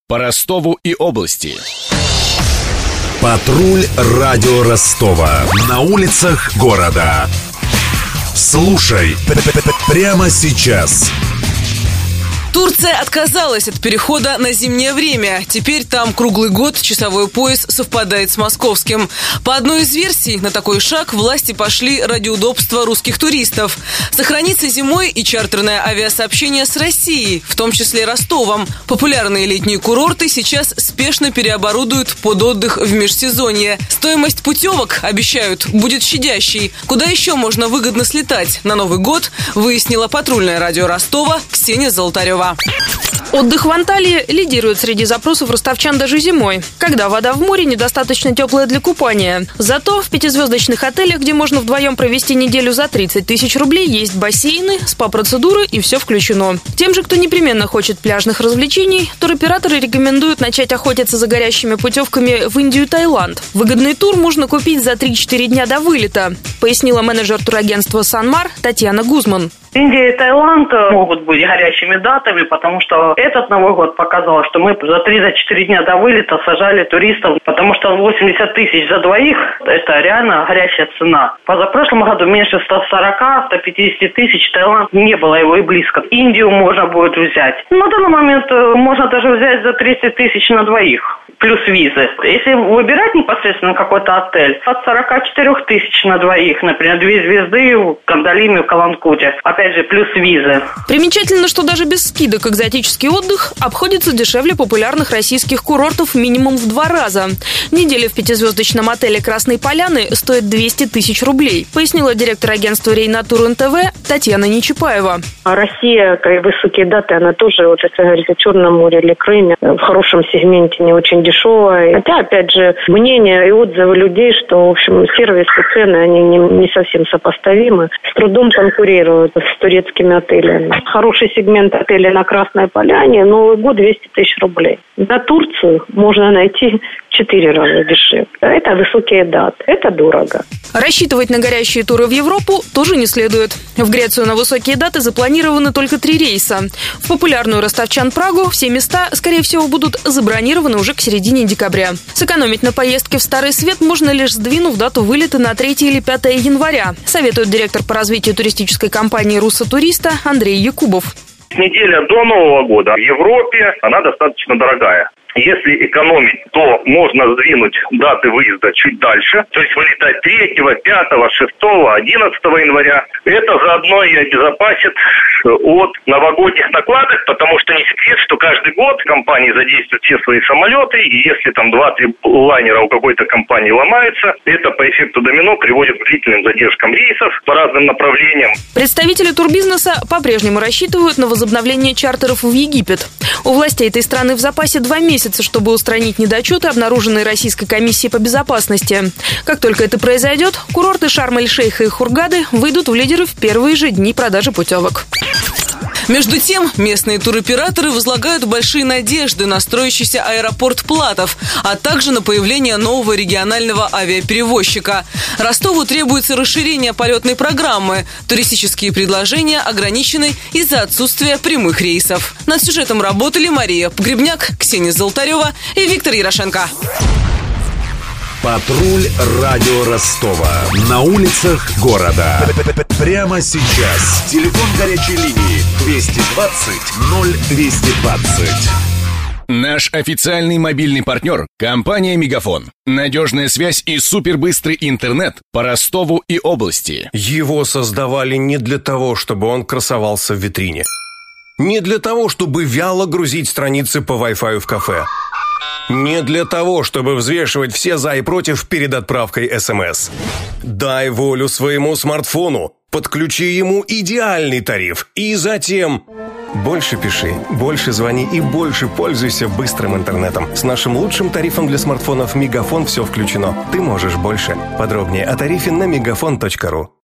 по Ростову и области. Патруль радио Ростова. На улицах города. Слушай прямо сейчас. Турция отказалась от перехода на зимнее время. Теперь там круглый год часовой пояс совпадает с московским. По одной из версий, на такой шаг власти пошли ради удобства русских туристов. Сохранится зимой и чартерное авиасообщение с Россией, в том числе Ростовом. Популярные летние курорты сейчас спешно переоборудуют под отдых в межсезонье. Стоимость путевок, обещают, будет щадящей. Куда еще можно выгодно слетать на Новый год, выяснила патрульное радио Ростова Ксения Золотарева. Отдых в Анталии лидирует среди запросов ростовчан даже зимой, когда вода в море недостаточно теплая для купания. Зато в пятизвездочных отелях, где можно вдвоем провести неделю за 30 тысяч рублей, есть бассейны, спа-процедуры и все включено. Тем же, кто непременно хочет пляжных развлечений, туроператоры рекомендуют начать охотиться за горящими путевками в Индию и Таиланд. Выгодный тур можно купить за 3-4 дня до вылета, пояснила менеджер турагентства «Санмар» Татьяна Гузман. Индия и Таиланд могут быть горячими датами, потому что этот Новый год показал, что мы за 3-4 дня до вылета сажали туристов, потому что 80 тысяч за двоих – это реально горячая цена. Позапрошлом году меньше 140-150 тысяч, Таиланд не было его и близко. Индию можно будет взять. На данный момент можно даже взять за 30 тысяч на двоих, плюс визы. Если выбирать непосредственно какой-то отель, от 44 тысяч на двоих, например, 2 звезды в Кандалиме, в Каланкуте. Опять же, плюс визы. Примечательно, что даже без скидок экзотический отдых обходится дешевле популярных российских курортов минимум в 2 раза. Неделя в пятизвездочном отеле «Красной Поляны» стоит 200 тысяч рублей, пояснила директор агентства «Рейнатур НТВ» Татьяна Нечипаева. Россия, высокие даты, она тоже, вот если говорить о Черном море или Крыме, в хорошем сегменте, не очень дешевая. Хотя, опять же, мнение и отзывы людей, что, в общем, сервис и цены, они не совсем сопоставимы. С трудом конкурируют с турецкими отелями. Хороший сегмент отеля на Красной Поляне, Новый год 200 тысяч рублей. На Турцию можно найти 4 раза дешевле. Это высокие даты. Это дорого. Рассчитывать на горящие туры в Европу тоже не следует. В Грецию на высокие даты запланированы только 3 рейса. В популярную ростовчан Прагу все места, скорее всего, будут забронированы уже к середине декабря. Сэкономить на поездке в Старый Свет можно лишь сдвинув дату вылета на 3 или 5 января, советует директор по развитию туристической компании «Руссо Туриста» Андрей Якубов. Неделя до Нового года в Европе, она достаточно дорогая. Если экономить, то можно сдвинуть даты выезда чуть дальше, то есть вылетать 3, 5, 6, 11 января. Это заодно и обезопасит от новогодних накладок, потому что не секрет, что каждый год компании задействуют все свои самолеты, и если там 2-3 лайнера у какой-то компании ломаются, это по эффекту домино приводит к длительным задержкам рейсов по разным направлениям. Представители турбизнеса по-прежнему рассчитывают на возобновление чартеров в Египет. У властей этой страны в запасе 2 месяца, чтобы устранить недочеты, обнаруженные Российской комиссией по безопасности. Как только это произойдет, курорты Шарм-эль-Шейха и Хургады выйдут в лидеры в первые же дни продажи путевок. Между тем, местные туроператоры возлагают большие надежды на строящийся аэропорт Платов, а также на появление нового регионального авиаперевозчика. Ростову требуется расширение полетной программы. Туристические предложения ограничены из-за отсутствия прямых рейсов. Над сюжетом работали Мария Погребняк, Ксения Золотарева и Виктор Ярошенко. Патруль радио Ростова. На улицах города. Прямо сейчас. Телефон горячей линии 220 0220. Наш официальный мобильный партнер – компания «Мегафон». Надежная связь и супербыстрый интернет по Ростову и области. Его создавали не для того, чтобы он красовался в витрине. Не для того, чтобы вяло грузить страницы по Wi-Fi в кафе. Не для того, чтобы взвешивать все за и против перед отправкой СМС. Дай волю своему смартфону, подключи ему идеальный тариф и затем... Больше пиши, больше звони и больше пользуйся быстрым интернетом. С нашим лучшим тарифом для смартфонов «Мегафон» все включено. Ты можешь больше. Подробнее о тарифе на megafon.ru.